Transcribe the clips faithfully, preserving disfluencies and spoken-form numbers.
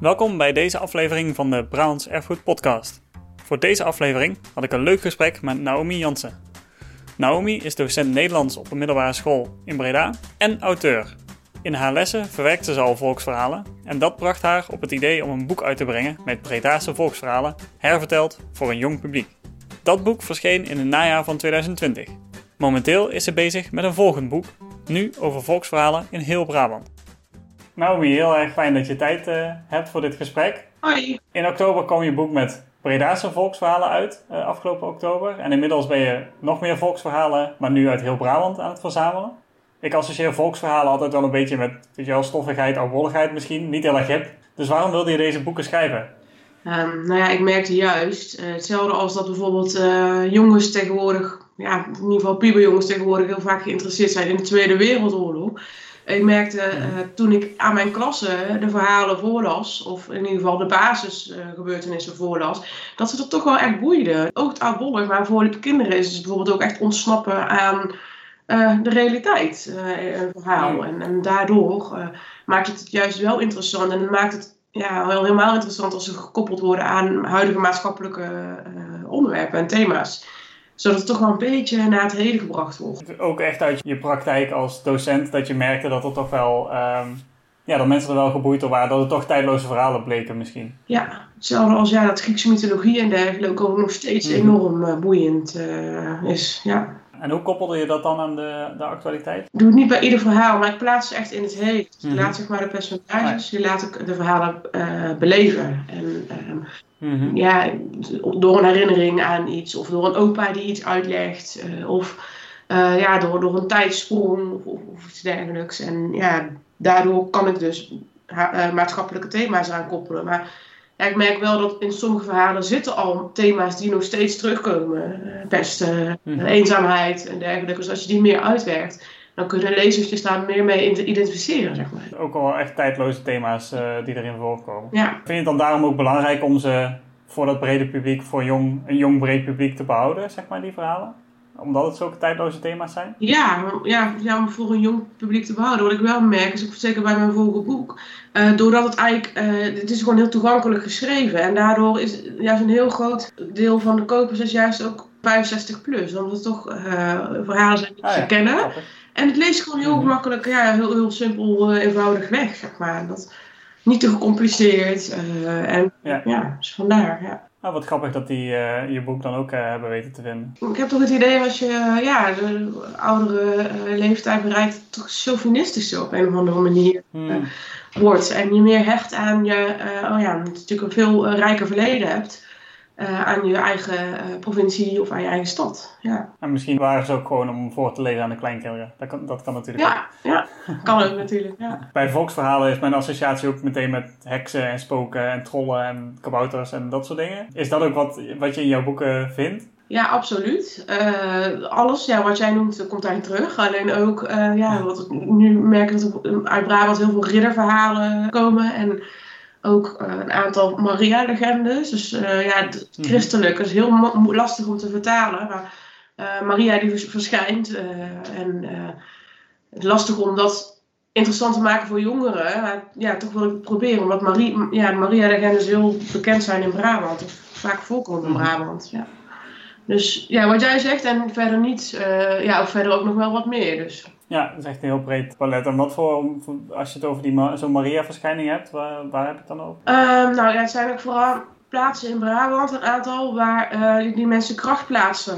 Welkom bij deze aflevering van de Brabants Erfgoed Podcast. Voor deze aflevering had ik een leuk gesprek met Naomi Jansen. Naomi is docent Nederlands op een middelbare school in Breda en auteur. In haar lessen verwerkte ze al volksverhalen en dat bracht haar op het idee om een boek uit te brengen met Bredaanse volksverhalen, herverteld voor een jong publiek. Dat boek verscheen in het najaar van tweeduizend twintig. Momenteel is ze bezig met een volgend boek, nu over volksverhalen in heel Brabant. Naomi, heel erg fijn dat je tijd uh, hebt voor dit gesprek. Hoi. In oktober kwam je boek met Bredaanse volksverhalen uit, uh, afgelopen oktober. En inmiddels ben je nog meer volksverhalen, maar nu uit heel Brabant aan het verzamelen. Ik associeer volksverhalen altijd wel een beetje met, weet je wel, stoffigheid, oudbolligheid misschien. Niet heel erg hip. Dus waarom wilde je deze boeken schrijven? Um, nou ja, ik merkte juist, uh, hetzelfde als dat bijvoorbeeld uh, jongens tegenwoordig, ja, in ieder geval puberjongens tegenwoordig heel vaak geïnteresseerd zijn in de Tweede Wereldoorlog. Ik merkte uh, toen ik aan mijn klasse de verhalen voorlas, of in ieder geval de basisgebeurtenissen uh, voorlas, dat ze dat toch wel echt boeide. Ook het oudbollig, maar voor de kinderen is het bijvoorbeeld ook echt ontsnappen aan uh, de realiteit, uh, een verhaal. En, en daardoor uh, maakt het het juist wel interessant en het maakt het ja, heel, helemaal interessant als ze gekoppeld worden aan huidige maatschappelijke uh, onderwerpen en thema's. Zodat het toch wel een beetje naar het heden gebracht wordt. Ook echt uit je praktijk als docent dat je merkte dat er toch wel, um, ja, dat mensen er wel geboeid door waren. Dat het toch tijdloze verhalen bleken misschien. Ja, hetzelfde als ja, dat Griekse mythologie en dergelijke ook nog steeds mm. enorm uh, boeiend uh, is. Ja. En hoe koppelde je dat dan aan de, de actualiteit? Ik doe het niet bij ieder verhaal, maar ik plaats ze echt in het heden. Dus mm-hmm. Ik laat zeg maar de personages, die laat ik de verhalen uh, beleven. En um, mm-hmm. ja, door een herinnering aan iets, of door een opa die iets uitlegt, uh, of uh, ja, door, door een tijdsprong of, of iets dergelijks. En ja, daardoor kan ik dus ha- uh, maatschappelijke thema's aan koppelen. Maar ja, ik merk wel dat in sommige verhalen zitten al thema's die nog steeds terugkomen. Pesten, mm-hmm. eenzaamheid en dergelijke. Dus als je die meer uitwerkt, dan kunnen lezers je daar meer mee identificeren, zeg maar. Ook al echt tijdloze thema's uh, die erin voorkomen. Ja. Vind je het dan daarom ook belangrijk om ze voor dat brede publiek, voor jong, een jong breed publiek te behouden, zeg maar, die verhalen? Omdat het zulke tijdloze thema's zijn? Ja, ja, ja, om voor een jong publiek te behouden. Wat ik wel merk, is ook zeker bij mijn volgende boek. Uh, doordat het eigenlijk, uh, het is gewoon heel toegankelijk geschreven. En daardoor is juist een heel groot deel van de kopers is juist ook vijfenzestig plus. Omdat het toch uh, verhalen zijn die ah, ze ja, kennen. Grappig. En het leest gewoon heel mm-hmm. makkelijk, ja, heel, heel simpel, uh, eenvoudig weg, zeg maar. Dat, niet te gecompliceerd. Uh, en ja, ja dus vandaar, ja. Nou, wat grappig dat die uh, je boek dan ook uh, hebben weten te vinden. Ik heb toch het idee als je uh, ja, de oudere uh, leeftijd bereikt, toch chauvinistisch op een of andere manier uh, hmm. wordt. En je meer hecht aan je, uh, oh ja, natuurlijk een veel uh, rijker verleden hebt. Uh, aan je eigen uh, provincie of aan je eigen stad. Ja. En misschien waren ze ook gewoon om voor te lezen aan de kleinkinderen. Dat kan, dat kan natuurlijk ja, ook. Ja, kan ook natuurlijk. Ja. Bij volksverhalen is mijn associatie ook meteen met heksen en spoken en trollen en kabouters en dat soort dingen. Is dat ook wat, wat je in jouw boeken vindt? Ja, absoluut. Uh, alles ja, wat jij noemt komt daarin terug. Alleen ook, uh, ja, wat nu merk ik dat er uit Brabant heel veel ridderverhalen komen en ook uh, een aantal Maria-legendes. Dus uh, ja, het christelijk is heel mo- lastig om te vertalen. Maar uh, Maria die vers- verschijnt. Uh, en uh, het is lastig om dat interessant te maken voor jongeren. Maar ja, toch wil ik het proberen. Omdat Marie, ja, Maria-legendes heel bekend zijn in Brabant. Of vaak voorkomen in Brabant. Ja. Dus ja, wat jij zegt en verder niet. Uh, ja, of verder ook nog wel wat meer. Dus. Ja, dat is echt een heel breed palet. En wat voor, als je het over die, zo'n Maria-verschijning hebt, waar, waar heb je het dan over? Um, nou ja, het zijn ook vooral plaatsen in Brabant, een aantal, waar uh, die mensen krachtplaatsen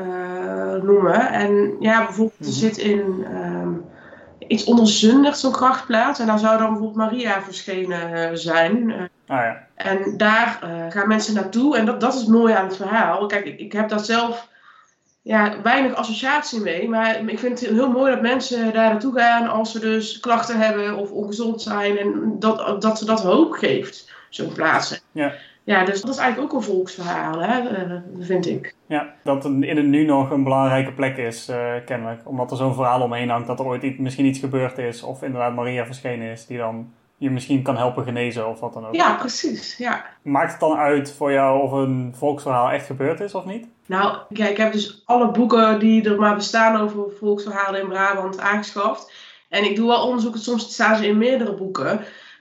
uh, noemen. En ja, bijvoorbeeld mm-hmm. er zit in um, iets onderzundig zo'n krachtplaats. En daar zou dan bijvoorbeeld Maria verschenen uh, zijn. Uh, ah, ja. En daar uh, gaan mensen naartoe. En dat, dat is het mooie aan het verhaal. Kijk, ik, ik heb daar zelf ja, weinig associatie mee. Maar ik vind het heel mooi dat mensen daar naartoe gaan als ze dus klachten hebben of ongezond zijn. En dat, dat ze dat hoop geeft, zo'n plaatsen. Ja. Ja, dus dat is eigenlijk ook een volksverhaal, hè, vind ik. Ja, dat het in het nu nog een belangrijke plek is, uh, kennelijk. Omdat er zo'n verhaal omheen hangt dat er ooit iets, misschien iets gebeurd is. Of inderdaad Maria verschenen is die dan je misschien kan helpen genezen of wat dan ook. Ja, precies. Ja. Maakt het dan uit voor jou of een volksverhaal echt gebeurd is of niet? Nou, kijk, ik heb dus alle boeken die er maar bestaan over volksverhalen in Brabant aangeschaft. En ik doe wel onderzoek, soms staan ze in meerdere boeken.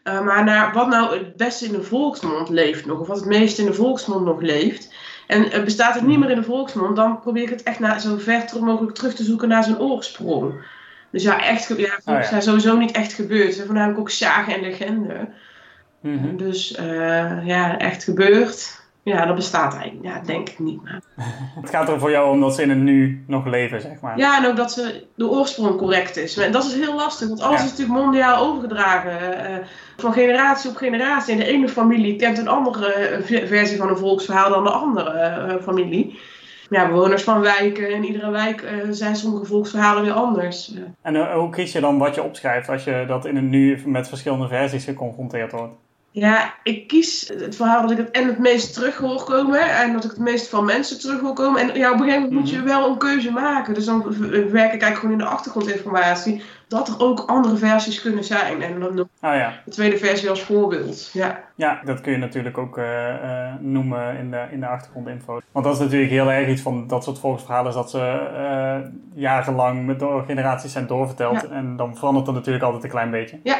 Uh, maar naar wat nou het beste in de volksmond leeft nog. Of wat het meest in de volksmond nog leeft. En uh, bestaat het niet meer in de volksmond. Dan probeer ik het echt naar, zo ver terug mogelijk terug te zoeken naar zijn oorsprong. Dus ja, echt, ja, volgens mij oh, ja. sowieso niet echt gebeurd. En voornamelijk ook zagen en legende. Mm-hmm. Dus uh, ja, echt gebeurd. Ja, dat bestaat eigenlijk, ja, denk ik niet meer. Het gaat er voor jou om dat ze in het nu nog leven, zeg maar. Ja, en ook dat ze de oorsprong correct is. En dat is heel lastig, want alles ja. is natuurlijk mondiaal overgedragen. Uh, van generatie op generatie. En de ene familie kent een andere versie van een volksverhaal dan de andere uh, familie. Ja, bewoners van wijken. In iedere wijk uh, zijn sommige volksverhalen weer anders. Uh. En uh, hoe kies je dan wat je opschrijft als je dat in het nu met verschillende versies geconfronteerd wordt? Ja, ik kies het verhaal dat ik het en het meest terug hoor komen en dat ik het meest van mensen terug wil komen. En ja, op een gegeven moment moet je wel een keuze maken. Dus dan werk ik eigenlijk gewoon in de achtergrondinformatie dat er ook andere versies kunnen zijn. En dan oh, ja. de tweede versie als voorbeeld. Ja, ja dat kun je natuurlijk ook uh, uh, noemen in de, in de achtergrondinfo. Want dat is natuurlijk heel erg iets van dat soort volksverhalen is dat ze uh, jarenlang met door generaties zijn doorverteld. Ja. En dan verandert het natuurlijk altijd een klein beetje. Ja.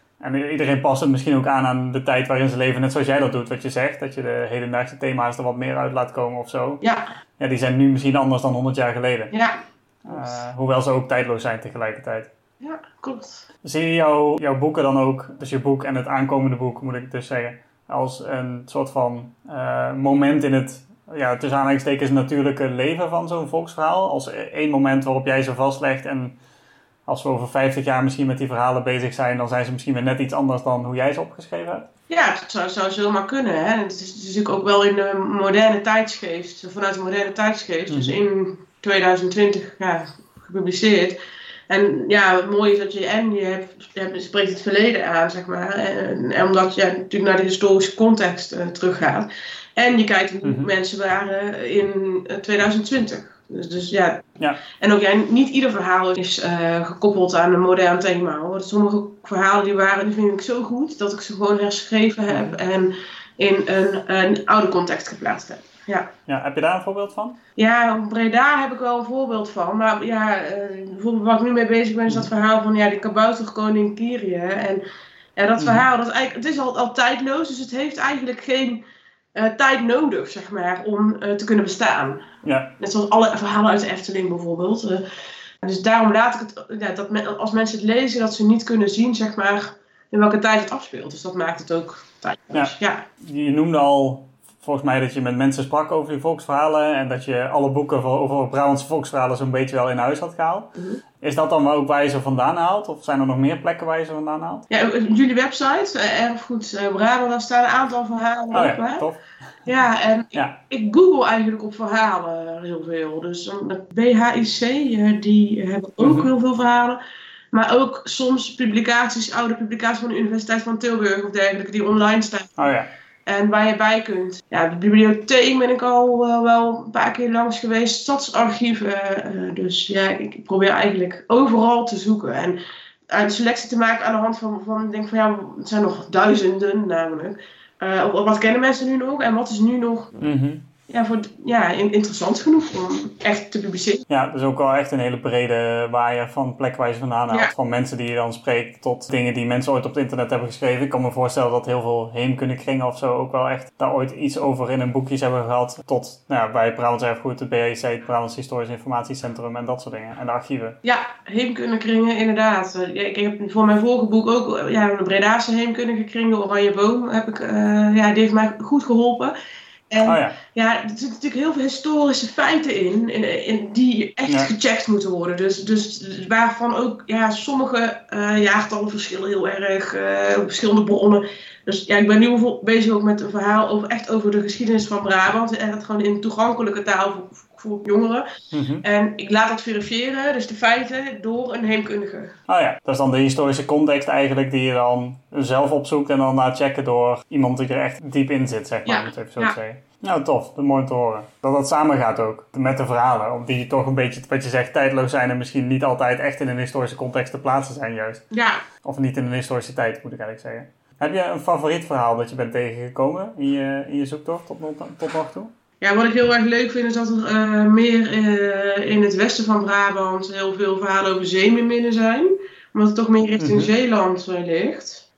En iedereen past het misschien ook aan aan de tijd waarin ze leven. Net zoals jij dat doet, wat je zegt. Dat je de hedendaagse thema's er wat meer uit laat komen of zo. Ja. Ja, die zijn nu misschien anders dan honderd jaar geleden. Ja. Uh, hoewel ze ook tijdloos zijn tegelijkertijd. Ja, klopt. Zie je jou, jouw boeken dan ook, dus je boek en het aankomende boek moet ik dus zeggen, als een soort van uh, moment in het, ja, tussen aanhalingstekens natuurlijke leven van zo'n volksverhaal? Als één moment waarop jij ze vastlegt en als we over vijftig jaar misschien met die verhalen bezig zijn, dan zijn ze misschien weer net iets anders dan hoe jij ze opgeschreven hebt? Ja, het zou, zou zomaar kunnen. Hè? Het is, het is natuurlijk ook wel in de moderne tijdsgeest, vanuit de moderne tijdsgeest, mm-hmm. dus in twintig twintig ja, gepubliceerd. En ja, het mooie is dat je en je, hebt, je hebt, spreekt het verleden aan, zeg maar. En, en omdat je natuurlijk naar de historische context uh, teruggaat. En je kijkt hoe mm-hmm. mensen waren in uh, twintig twintig. Dus, dus ja. ja, en ook ja, niet ieder verhaal is uh, gekoppeld aan een modern thema, hoor. Sommige verhalen die waren, die vind ik zo goed dat ik ze gewoon herschreven heb en in een, een oude context geplaatst heb. Ja. Ja, heb je daar een voorbeeld van? Ja, op Breda heb ik wel een voorbeeld van. Maar ja, uh, bijvoorbeeld waar ik nu mee bezig ben is dat verhaal van ja, die kabouterkoning Kyrie. En ja, dat verhaal, dat eigenlijk, het is al, al tijdloos, dus het heeft eigenlijk geen uh, tijd nodig, zeg maar, om uh, te kunnen bestaan. Ja. Net zoals alle verhalen uit de Efteling bijvoorbeeld. Uh, dus daarom laat ik het, ja, dat men, als mensen het lezen, dat ze niet kunnen zien, zeg maar, in welke tijd het afspeelt. Dus dat maakt het ook tijdloos. Ja. Ja. Je noemde al volgens mij dat je met mensen sprak over die volksverhalen en dat je alle boeken over Brabantse volksverhalen zo'n beetje wel in huis had gehaald. Mm-hmm. Is dat dan ook waar je ze vandaan haalt? Of zijn er nog meer plekken waar je ze vandaan haalt? Ja, jullie website, uh, Erfgoed uh, Brabant, daar staan een aantal verhalen oh, op. Ja, tof. Ja, en ja. Ik, ik google eigenlijk op verhalen heel veel. Dus uh, B H I C, uh, die hebben ook mm-hmm. heel veel verhalen. Maar ook soms publicaties, oude publicaties van de Universiteit van Tilburg of dergelijke, die online staan. Oh ja. En waar je bij kunt. Ja, de bibliotheek ben ik al uh, wel een paar keer langs geweest. Stadsarchieven. Uh, dus ja, ik probeer eigenlijk overal te zoeken. En een selectie te maken aan de hand van, van ik denk van ja, het zijn nog duizenden namelijk. Uh, wat kennen mensen nu nog? En wat is nu nog mm-hmm. ja, voor, ja, interessant genoeg om echt te publiceren? Ja, dus ook wel echt een hele brede waaier van plekken waar je ze vandaan haalt. Ja. Van mensen die je dan spreekt tot dingen die mensen ooit op het internet hebben geschreven. Ik kan me voorstellen dat heel veel heemkundekringen of zo ook wel echt daar ooit iets over in een boekjes hebben gehad. Tot nou ja, bij Brabants Erfgoed, het B H I C, het Brabants Historisch Informatiecentrum en dat soort dingen. En de archieven. Ja, heemkundekringen inderdaad. Ja, ik heb voor mijn vorige boek ook ja, de Bredaanse heemkundige de Oranje Boom, heb ik, uh, ja, die heeft mij goed geholpen. En oh ja. ja, er zitten natuurlijk heel veel historische feiten in, in, in die echt ja. gecheckt moeten worden. Dus, dus waarvan ook ja, sommige uh, jaartallen verschillen heel erg, uh, verschillende bronnen. Dus ja, ik ben nu bezig ook met een verhaal over, echt over de geschiedenis van Brabant. En dat gewoon in toegankelijke taal voor, voor jongeren. Mm-hmm. En ik laat dat verifiëren, dus de feiten, door een heemkundige. Oh ja, dat is dan de historische context eigenlijk die je dan zelf opzoekt en dan laat checken door iemand die er echt diep in zit, zeg maar, ja. om het even zo ja. te zeggen. Nou, tof. Dat is mooi om te horen. Dat dat samen gaat ook met de verhalen. Om die toch een beetje, wat je zegt, tijdloos zijn en misschien niet altijd echt in een historische context te plaatsen zijn juist. Ja. Of niet in een historische tijd, moet ik eigenlijk zeggen. Heb je een favoriet verhaal dat je bent tegengekomen in je, in je zoektocht tot, tot nog toe? Ja, wat ik heel erg leuk vind is dat er uh, meer uh, in het westen van Brabant heel veel verhalen over zeemeerminnen zijn. Omdat het toch meer richting mm-hmm. Zeeland uh, ligt.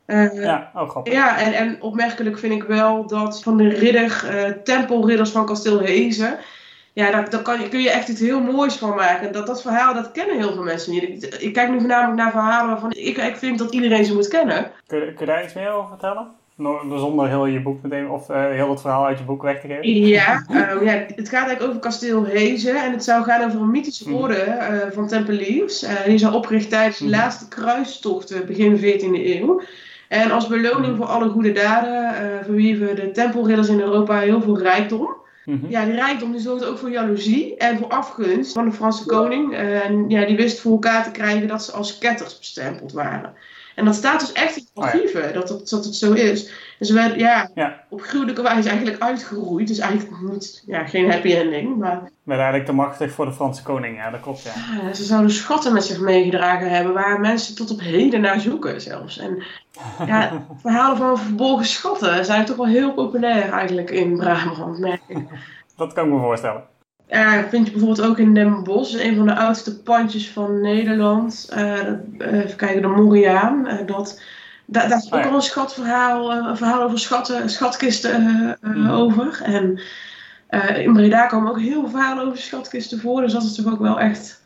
Uh, ja, ook grappig. Ja, en, en opmerkelijk vind ik wel dat van de ridder, uh, tempelridders van Kasteel Hezen, ja, daar, daar kan je, kun je echt iets heel moois van maken. Dat, dat verhaal, dat kennen heel veel mensen niet. Ik, ik kijk nu voornamelijk naar verhalen waarvan ik, ik vind dat iedereen ze moet kennen. Kun, kun je daar iets meer over vertellen? Zonder heel je boek meteen, of uh, heel het verhaal uit je boek weg te geven? Ja, um, ja, het gaat eigenlijk over Kasteel Hezen. En het zou gaan over een mythische orde uh, van Tempeliers. Uh, die zou opgericht tijdens de laatste kruistocht begin veertiende eeuw. En als beloning voor alle goede daden uh, verwierven de tempelridders in Europa heel veel rijkdom. Mm-hmm. Ja, die rijkdom die zorgde ook voor jaloezie en voor afgunst van de Franse koning. Uh, en ja, die wist voor elkaar te krijgen dat ze als ketters bestempeld waren. En dat staat dus echt in de archieven, oh ja. dat, dat, dat het zo is. En ze werden ja, ja. op gruwelijke wijze eigenlijk uitgeroeid. Dus eigenlijk niet, ja, geen happy ending. Maar werden eigenlijk te machtig voor de Franse koning, ja, dat klopt. Ja. Ja, ze zouden schatten met zich meegedragen hebben waar mensen tot op heden naar zoeken zelfs. En ja, verhalen van verborgen schatten zijn toch wel heel populair eigenlijk in Brabant, merk ik. Dat kan ik me voorstellen. Ja, uh, vind je bijvoorbeeld ook in Den Bosch, een van de oudste pandjes van Nederland. Uh, uh, even kijken, de Moriaan. Uh, dat, da, daar is ook oh ja. al een schatverhaal, uh, een verhaal over schatten, schatkisten uh, uh, mm. over. En uh, in Breda komen ook heel veel verhalen over schatkisten voor. Dus dat is toch ook wel echt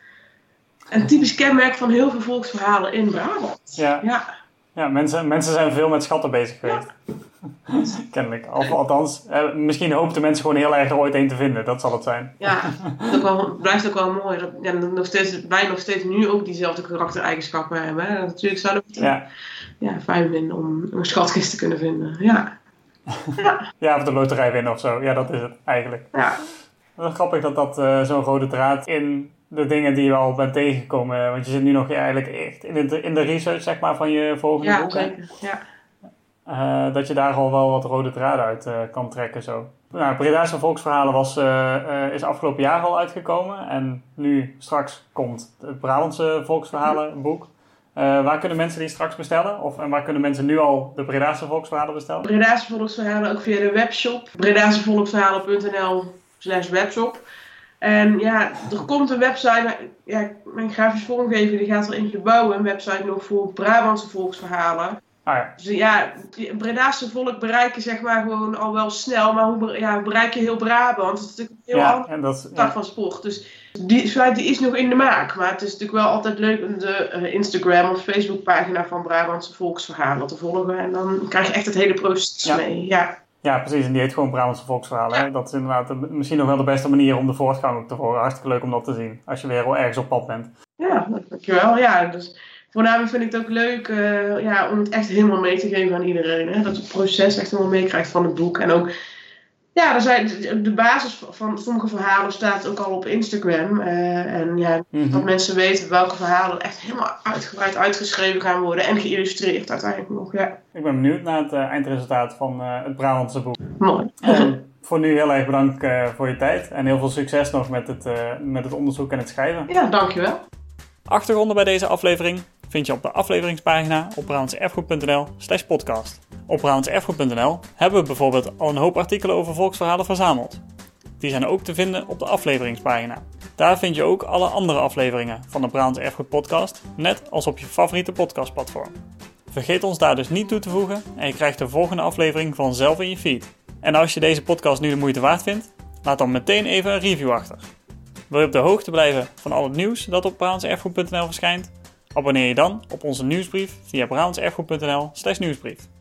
een typisch kenmerk van heel veel volksverhalen in Brabant. Ja, ja. ja mensen, mensen zijn veel met schatten bezig geweest. Ja. Kennelijk. Of, althans, eh, misschien hoopten mensen gewoon heel erg er ooit een te vinden. Dat zal het zijn. Ja, dat wel, blijft ook wel mooi. Dat, ja, nog steeds, wij nog steeds nu ook diezelfde karaktereigenschappen hebben. Hè. Natuurlijk zouden we het ja. Ja, fijn vinden om een schatkist te kunnen vinden. Ja. Ja. ja, of de loterij winnen of zo. Ja, dat is het eigenlijk. Ja. Het is grappig dat dat uh, zo'n rode draad in de dingen die je al bent tegengekomen. Want je zit nu nog eigenlijk echt in de, in de research zeg maar, van je volgende ja, boek. Zeker. Ja, Uh, dat je daar al wel wat rode draden uit uh, kan trekken. Zo. Nou, Bredaanse volksverhalen was, uh, uh, is afgelopen jaar al uitgekomen. En nu straks komt het Brabantse volksverhalenboek. Uh, waar kunnen mensen die straks bestellen? Of en waar kunnen mensen nu al de Bredaanse volksverhalen bestellen? Bredaanse volksverhalen ook via de webshop. bredaansevolksverhalen punt n l slash webshop. En ja, er komt een website. Ja, mijn grafisch vormgever die gaat er eentje bouwen. Een website nog voor Brabantse volksverhalen. Ah, ja. Dus ja, het Bredaanse volk bereiken zeg maar gewoon al wel snel, maar hoe ja, bereik je heel Brabant? Dat is natuurlijk een heel ja, andere tak ja. van sport. Dus die site die is nog in de maak, maar het is natuurlijk wel altijd leuk om de uh, Instagram of Facebook pagina van Brabantse volksverhalen te volgen. En dan krijg je echt het hele proces ja. mee. Ja. Ja, precies. En die heet gewoon Brabantse volksverhalen. Hè? Dat is inderdaad de, misschien nog wel de beste manier om de voortgang ook te volgen. Hartstikke leuk om dat te zien, als je weer wel ergens op pad bent. Ja, dankjewel. Ja, dus voornamelijk vind ik het ook leuk uh, ja, om het echt helemaal mee te geven aan iedereen. Hè? Dat het proces echt helemaal meekrijgt van het boek. En ook, ja, er zijn, de basis van sommige verhalen staat ook al op Instagram. Uh, en ja, mm-hmm. dat mensen weten welke verhalen echt helemaal uitgebreid uitgeschreven gaan worden. En geïllustreerd uiteindelijk nog, ja. Ik ben benieuwd naar het uh, eindresultaat van uh, het Brabantse boek. Mooi. En voor nu heel erg bedankt uh, voor je tijd. En heel veel succes nog met het, uh, met het onderzoek en het schrijven. Ja, dankjewel. Achtergronden bij deze aflevering vind je op de afleveringspagina op brabantserfgoed punt n l slash podcast. Op brabantserfgoed punt n l hebben we bijvoorbeeld al een hoop artikelen over volksverhalen verzameld. Die zijn ook te vinden op de afleveringspagina. Daar vind je ook alle andere afleveringen van de Brabants Erfgoed podcast, net als op je favoriete podcastplatform. Vergeet ons daar dus niet toe te voegen en je krijgt de volgende aflevering vanzelf in je feed. En als je deze podcast nu de moeite waard vindt, laat dan meteen even een review achter. Wil je op de hoogte blijven van al het nieuws dat op brabantserfgoed punt n l verschijnt? Abonneer je dan op onze nieuwsbrief via brabantserfgoed punt n l slash nieuwsbrief.